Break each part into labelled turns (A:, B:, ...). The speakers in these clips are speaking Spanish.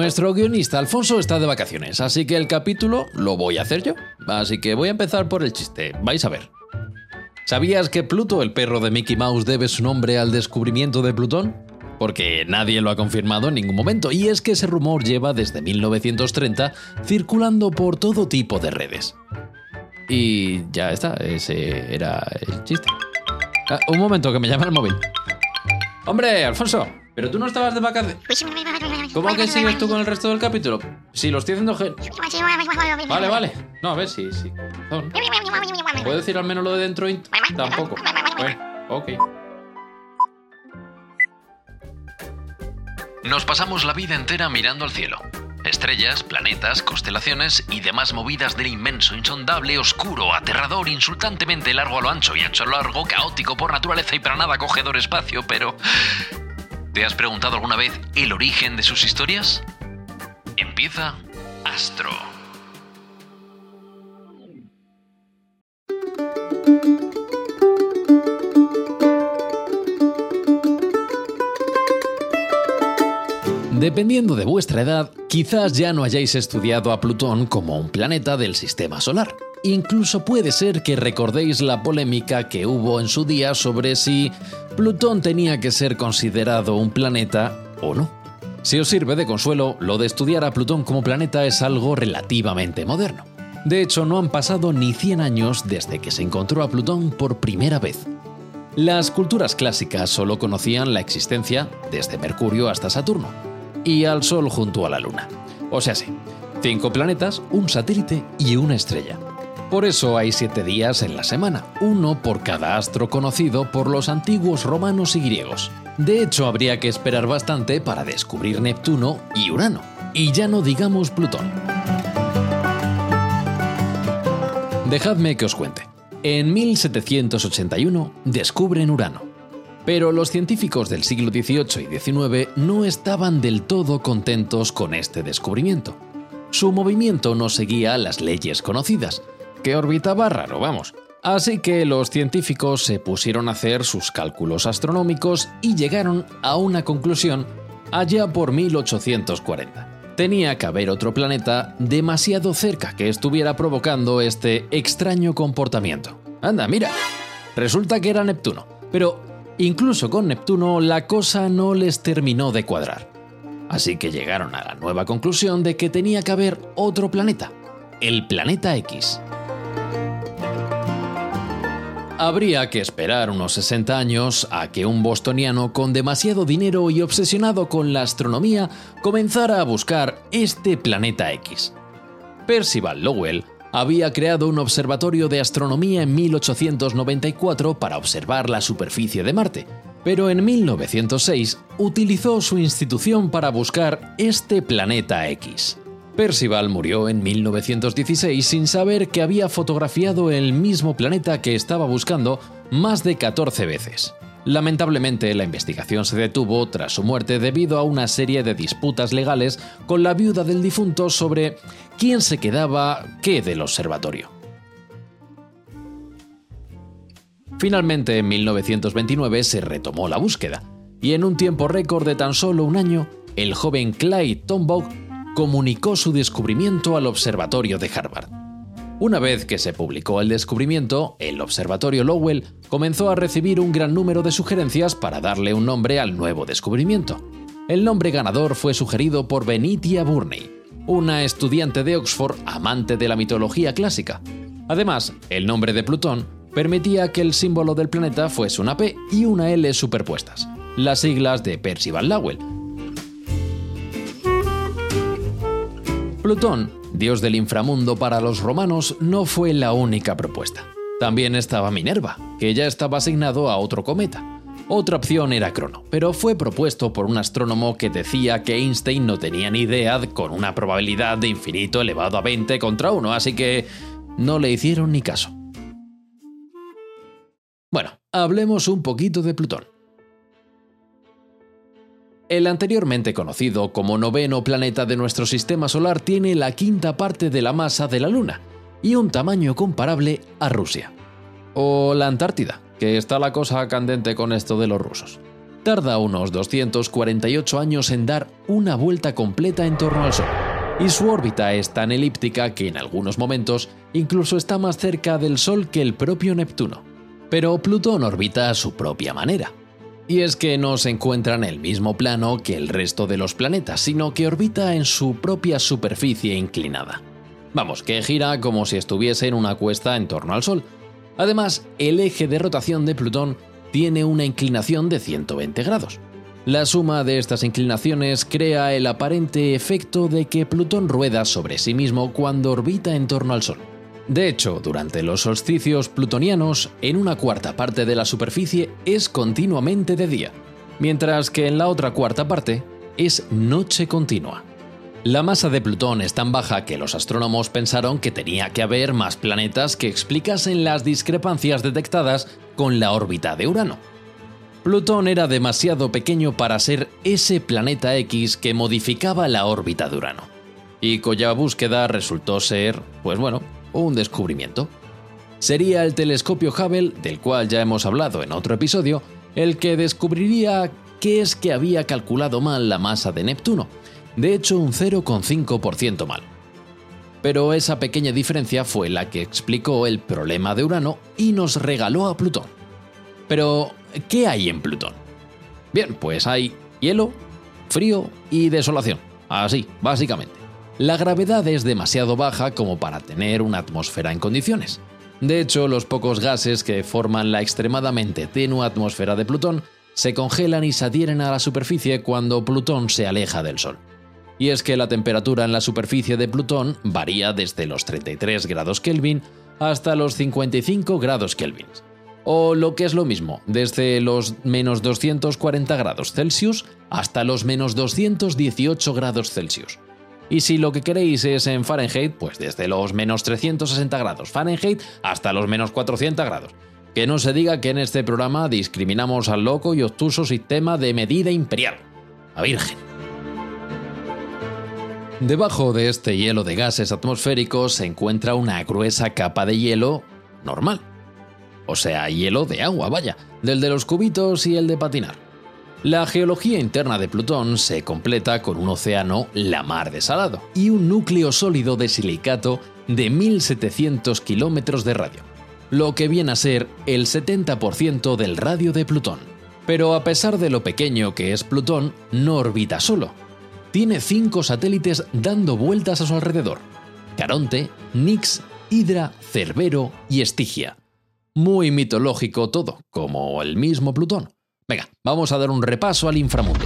A: nuestro guionista Alfonso está de vacaciones, así que el capítulo lo voy a hacer yo. Así que voy a empezar por el chiste, vais a ver. ¿Sabías que Pluto, el perro de Mickey Mouse, debe su nombre al descubrimiento de Plutón? Porque nadie lo ha confirmado en ningún momento, y es que ese rumor lleva desde 1930 circulando por todo tipo de redes. Y ya está, ese era el chiste. Un momento, que me llama el móvil. ¡Hombre, Alfonso! ¿Pero tú no estabas de vacaciones? ¿Cómo que sigues tú con el resto del capítulo? Si lo estoy haciendo... Vale. No, a ver, sí. ¿Puedo decir al menos lo de dentro? Tampoco. Bueno, ok.
B: Nos pasamos la vida entera mirando al cielo. Estrellas, planetas, constelaciones y demás movidas del inmenso, insondable, oscuro, aterrador, insultantemente largo a lo ancho y ancho a lo largo, caótico por naturaleza y para nada acogedor espacio, pero... ¿te has preguntado alguna vez el origen de sus historias? Empieza Astro.
A: Dependiendo de vuestra edad, quizás ya no hayáis estudiado a Plutón como un planeta del sistema solar. Incluso puede ser que recordéis la polémica que hubo en su día sobre si Plutón tenía que ser considerado un planeta o no. Si os sirve de consuelo, lo de estudiar a Plutón como planeta es algo relativamente moderno. De hecho, no han pasado ni 100 años desde que se encontró a Plutón por primera vez. Las culturas clásicas solo conocían la existencia desde Mercurio hasta Saturno y al Sol junto a la Luna. O sea, sí, 5 planetas, un satélite y una estrella. Por eso hay 7 días en la semana, uno por cada astro conocido por los antiguos romanos y griegos. De hecho, habría que esperar bastante para descubrir Neptuno y Urano, y ya no digamos Plutón. Dejadme que os cuente. En 1781 descubren Urano. Pero los científicos del siglo XVIII y XIX no estaban del todo contentos con este descubrimiento. Su movimiento no seguía las leyes conocidas, que orbitaba raro, vamos. Así que los científicos se pusieron a hacer sus cálculos astronómicos y llegaron a una conclusión allá por 1840. Tenía que haber otro planeta demasiado cerca que estuviera provocando este extraño comportamiento. Anda, mira, resulta que era Neptuno. Pero incluso con Neptuno la cosa no les terminó de cuadrar. Así que llegaron a la nueva conclusión de que tenía que haber otro planeta, el planeta X. Habría que esperar unos 60 años a que un bostoniano con demasiado dinero y obsesionado con la astronomía comenzara a buscar este planeta X. Percival Lowell había creado un observatorio de astronomía en 1894 para observar la superficie de Marte, pero en 1906 utilizó su institución para buscar este planeta X. Percival murió en 1916 sin saber que había fotografiado el mismo planeta que estaba buscando más de 14 veces. Lamentablemente, la investigación se detuvo tras su muerte debido a una serie de disputas legales con la viuda del difunto sobre quién se quedaba qué del observatorio. Finalmente, en 1929 se retomó la búsqueda, y en un tiempo récord de tan solo un año, el joven Clyde Tombaugh comunicó su descubrimiento al observatorio de Harvard. Una vez que se publicó el descubrimiento, el observatorio Lowell comenzó a recibir un gran número de sugerencias para darle un nombre al nuevo descubrimiento. El nombre ganador fue sugerido por Benitia Burney, una estudiante de Oxford amante de la mitología clásica. Además, el nombre de Plutón permitía que el símbolo del planeta fuese una P y una L superpuestas, las siglas de Percival Lowell. Plutón, dios del inframundo para los romanos, no fue la única propuesta. También estaba Minerva, que ya estaba asignado a otro cometa. Otra opción era Crono, pero fue propuesto por un astrónomo que decía que Einstein no tenía ni idea con una probabilidad de infinito elevado a 20 contra 1, así que no le hicieron ni caso. Bueno, hablemos un poquito de Plutón. El anteriormente conocido como noveno planeta de nuestro sistema solar tiene la quinta parte de la masa de la Luna y un tamaño comparable a Rusia. O la Antártida, que está la cosa candente con esto de los rusos. tarda unos 248 años en dar una vuelta completa en torno al Sol, y su órbita es tan elíptica que en algunos momentos incluso está más cerca del Sol que el propio Neptuno. Pero Plutón orbita a su propia manera. Y es que no se encuentra en el mismo plano que el resto de los planetas, sino que orbita en su propia superficie inclinada. Vamos, que gira como si estuviese en una cuesta en torno al Sol. Además, el eje de rotación de Plutón tiene una inclinación de 120 grados. La suma de estas inclinaciones crea el aparente efecto de que Plutón rueda sobre sí mismo cuando orbita en torno al Sol. De hecho, durante los solsticios plutonianos, en una cuarta parte de la superficie es continuamente de día, mientras que en la otra cuarta parte es noche continua. La masa de Plutón es tan baja que los astrónomos pensaron que tenía que haber más planetas que explicasen las discrepancias detectadas con la órbita de Urano. Plutón era demasiado pequeño para ser ese planeta X que modificaba la órbita de Urano, y cuya búsqueda resultó ser, un descubrimiento. Sería el telescopio Hubble, del cual ya hemos hablado en otro episodio, el que descubriría que es que había calculado mal la masa de Neptuno, de hecho un 0,5% mal. Pero esa pequeña diferencia fue la que explicó el problema de Urano y nos regaló a Plutón. Pero, ¿qué hay en Plutón? Bien, pues hay hielo, frío y desolación, así, básicamente. La gravedad es demasiado baja como para tener una atmósfera en condiciones. De hecho, los pocos gases que forman la extremadamente tenue atmósfera de Plutón se congelan y se adhieren a la superficie cuando Plutón se aleja del Sol. Y es que la temperatura en la superficie de Plutón varía desde los 33 grados Kelvin hasta los 55 grados Kelvin. O lo que es lo mismo, desde los menos 240 grados Celsius hasta los menos 218 grados Celsius. Y si lo que queréis es en Fahrenheit, pues desde los menos 360 grados Fahrenheit hasta los menos 400 grados. Que no se diga que en este programa discriminamos al loco y obtuso sistema de medida imperial. ¡A virgen! Debajo de este hielo de gases atmosféricos se encuentra una gruesa capa de hielo normal. O sea, hielo de agua, vaya, del de los cubitos y el de patinar. La geología interna de Plutón se completa con un océano, la mar de salado, y un núcleo sólido de silicato de 1700 kilómetros de radio, lo que viene a ser el 70% del radio de Plutón. Pero a pesar de lo pequeño que es Plutón, no orbita solo. Tiene 5 satélites dando vueltas a su alrededor: Caronte, Nix, Hidra, Cerbero y Estigia. Muy mitológico todo, como el mismo Plutón. Venga, vamos a dar un repaso al inframundo.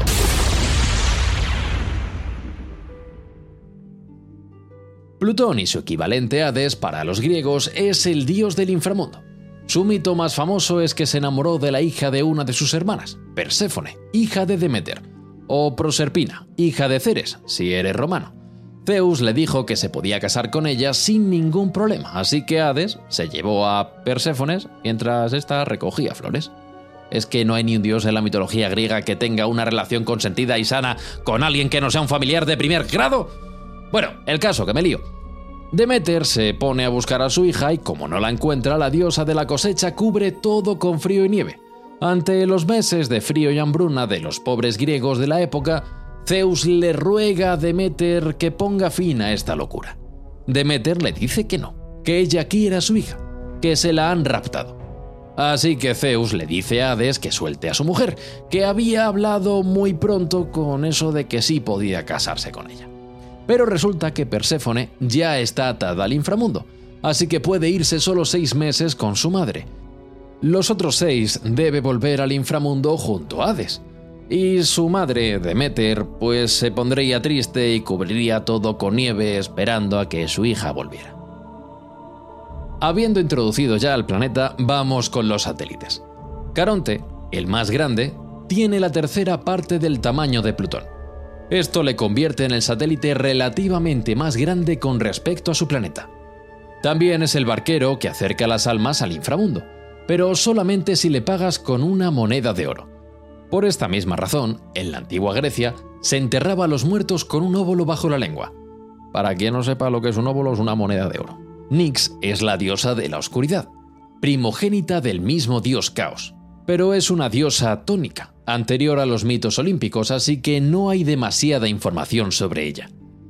A: Plutón y su equivalente Hades para los griegos es el dios del inframundo. Su mito más famoso es que se enamoró de la hija de una de sus hermanas, Perséfone, hija de Deméter, o Proserpina, hija de Ceres, si eres romano. Zeus le dijo que se podía casar con ella sin ningún problema, así que Hades se llevó a Perséfone mientras ésta recogía flores. ¿Es que no hay ni un dios en la mitología griega que tenga una relación consentida y sana con alguien que no sea un familiar de primer grado? Bueno, el caso, que me lío. Deméter se pone a buscar a su hija y como no la encuentra, la diosa de la cosecha cubre todo con frío y nieve. Ante los meses de frío y hambruna de los pobres griegos de la época, Zeus le ruega a Deméter que ponga fin a esta locura. Deméter le dice que no, que ella quiere a su hija, que se la han raptado. Así que Zeus le dice a Hades que suelte a su mujer, que había hablado muy pronto con eso de que sí podía casarse con ella. Pero resulta que Perséfone ya está atada al inframundo, así que puede irse solo 6 meses con su madre. Los otros 6 debe volver al inframundo junto a Hades. Y su madre, Deméter, pues se pondría triste y cubriría todo con nieve esperando a que su hija volviera. Habiendo introducido ya al planeta, vamos con los satélites. Caronte, el más grande, tiene la tercera parte del tamaño de Plutón. Esto le convierte en el satélite relativamente más grande con respecto a su planeta. También es el barquero que acerca las almas al inframundo, pero solamente si le pagas con una moneda de oro. Por esta misma razón, en la antigua Grecia, se enterraba a los muertos con un óvulo bajo la lengua. Para quien no sepa lo que es un óvulo, es una moneda de oro. Nix es la diosa de la oscuridad, primogénita del mismo dios Caos, pero es una diosa tónica, anterior a los mitos olímpicos, así que no hay demasiada información sobre ella.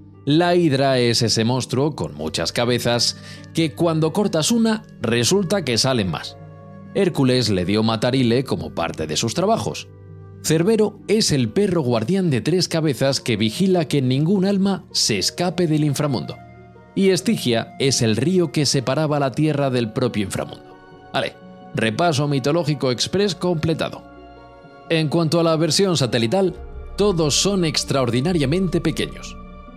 A: La hidra es ese monstruo con muchas cabezas que cuando cortas una resulta que salen más. Hércules le dio matarile como parte de sus trabajos. Cerbero es el perro guardián de 3 cabezas que vigila que ningún alma se escape del inframundo. Y Estigia es el río que separaba la tierra del propio inframundo. Vale, repaso mitológico express completado. En cuanto a la versión satelital, todos son extraordinariamente pequeños.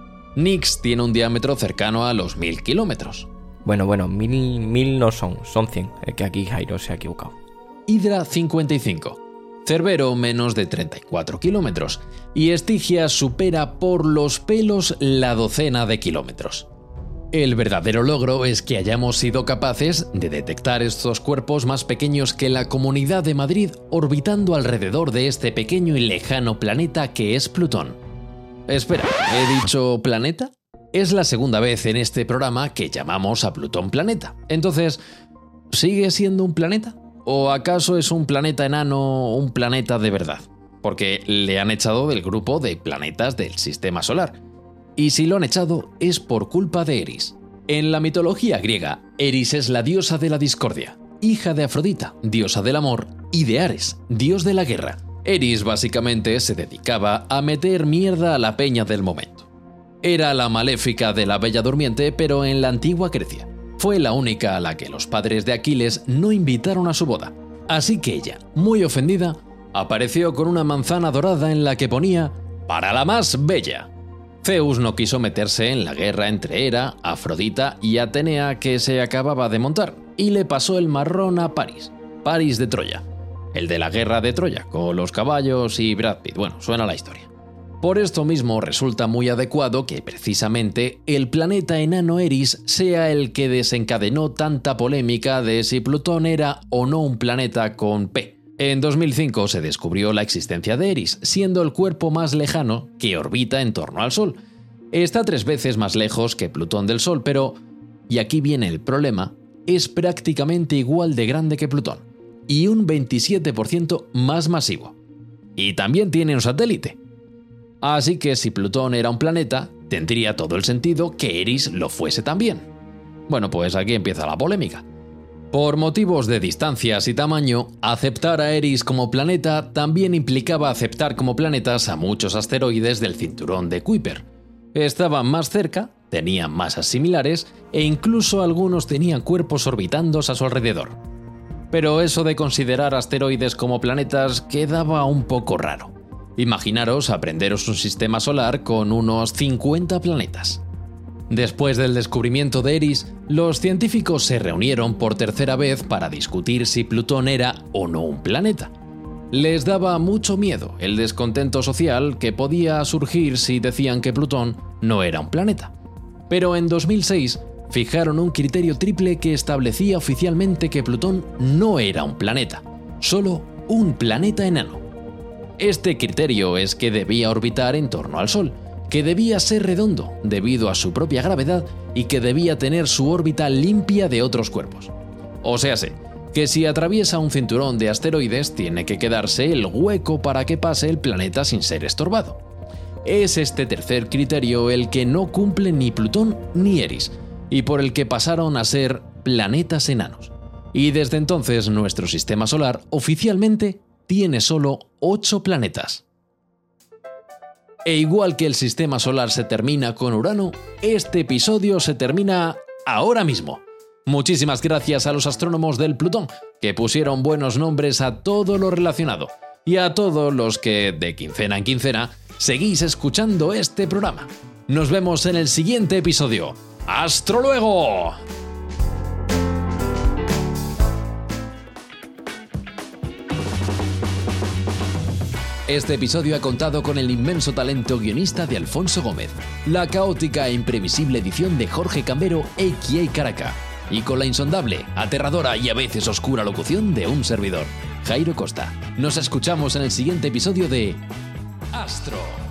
A: Nyx tiene un diámetro cercano a los 1000 kilómetros.
C: Bueno, 1000 no son 100, es que aquí Jairo se ha equivocado.
A: Hidra 55. Cerbero menos de 34 kilómetros. Y Estigia supera por los pelos la docena de kilómetros. El verdadero logro es que hayamos sido capaces de detectar estos cuerpos más pequeños que la Comunidad de Madrid orbitando alrededor de este pequeño y lejano planeta que es Plutón. Espera, ¿he dicho planeta? Es la segunda vez en este programa que llamamos a Plutón planeta. Entonces, ¿sigue siendo un planeta? ¿O acaso es un planeta enano, un planeta de verdad? Porque le han echado del grupo de planetas del Sistema Solar. Y si lo han echado es por culpa de Eris. En la mitología griega, Eris es la diosa de la discordia, hija de Afrodita, diosa del amor, y de Ares, dios de la guerra. Eris básicamente se dedicaba a meter mierda a la peña del momento. Era la maléfica de la Bella Durmiente, pero en la antigua Grecia. Fue la única a la que los padres de Aquiles no invitaron a su boda. Así que ella, muy ofendida, apareció con una manzana dorada en la que ponía «Para la más bella». Zeus no quiso meterse en la guerra entre Hera, Afrodita y Atenea que se acababa de montar, y le pasó el marrón a Paris de Troya. El de la guerra de Troya, con los caballos y Brad Pitt. Bueno, suena la historia. Por esto mismo resulta muy adecuado que precisamente el planeta enano Eris sea el que desencadenó tanta polémica de si Plutón era o no un planeta con P. En 2005 se descubrió la existencia de Eris, siendo el cuerpo más lejano que orbita en torno al Sol. Está 3 veces más lejos que Plutón del Sol, pero, y aquí viene el problema, es prácticamente igual de grande que Plutón, y un 27% más masivo. Y también tiene un satélite. Así que si Plutón era un planeta, tendría todo el sentido que Eris lo fuese también. Bueno, pues aquí empieza la polémica. Por motivos de distancias y tamaño, aceptar a Eris como planeta también implicaba aceptar como planetas a muchos asteroides del cinturón de Kuiper. Estaban más cerca, tenían masas similares e incluso algunos tenían cuerpos orbitando a su alrededor. Pero eso de considerar asteroides como planetas quedaba un poco raro. Imaginaros aprenderos un sistema solar con unos 50 planetas. Después del descubrimiento de Eris, los científicos se reunieron por tercera vez para discutir si Plutón era o no un planeta. Les daba mucho miedo el descontento social que podía surgir si decían que Plutón no era un planeta. Pero en 2006 fijaron un criterio triple que establecía oficialmente que Plutón no era un planeta, solo un planeta enano. Este criterio es que debía orbitar en torno al Sol, que debía ser redondo debido a su propia gravedad y que debía tener su órbita limpia de otros cuerpos. O sea, que si atraviesa un cinturón de asteroides tiene que quedarse el hueco para que pase el planeta sin ser estorbado. Es este tercer criterio el que no cumple ni Plutón ni Eris, y por el que pasaron a ser planetas enanos. Y desde entonces nuestro sistema solar oficialmente tiene solo 8 planetas. E igual que el sistema solar se termina con Urano, este episodio se termina ahora mismo. Muchísimas gracias a los astrónomos del Plutón, que pusieron buenos nombres a todo lo relacionado, y a todos los que, de quincena en quincena, seguís escuchando este programa. Nos vemos en el siguiente episodio. ¡Hasta luego! Este episodio ha contado con el inmenso talento guionista de Alfonso Gómez, la caótica e imprevisible edición de Jorge Cambero a.k.a. Caraca, y con la insondable, aterradora y a veces oscura locución de un servidor, Jairo Costa. Nos escuchamos en el siguiente episodio de Astro.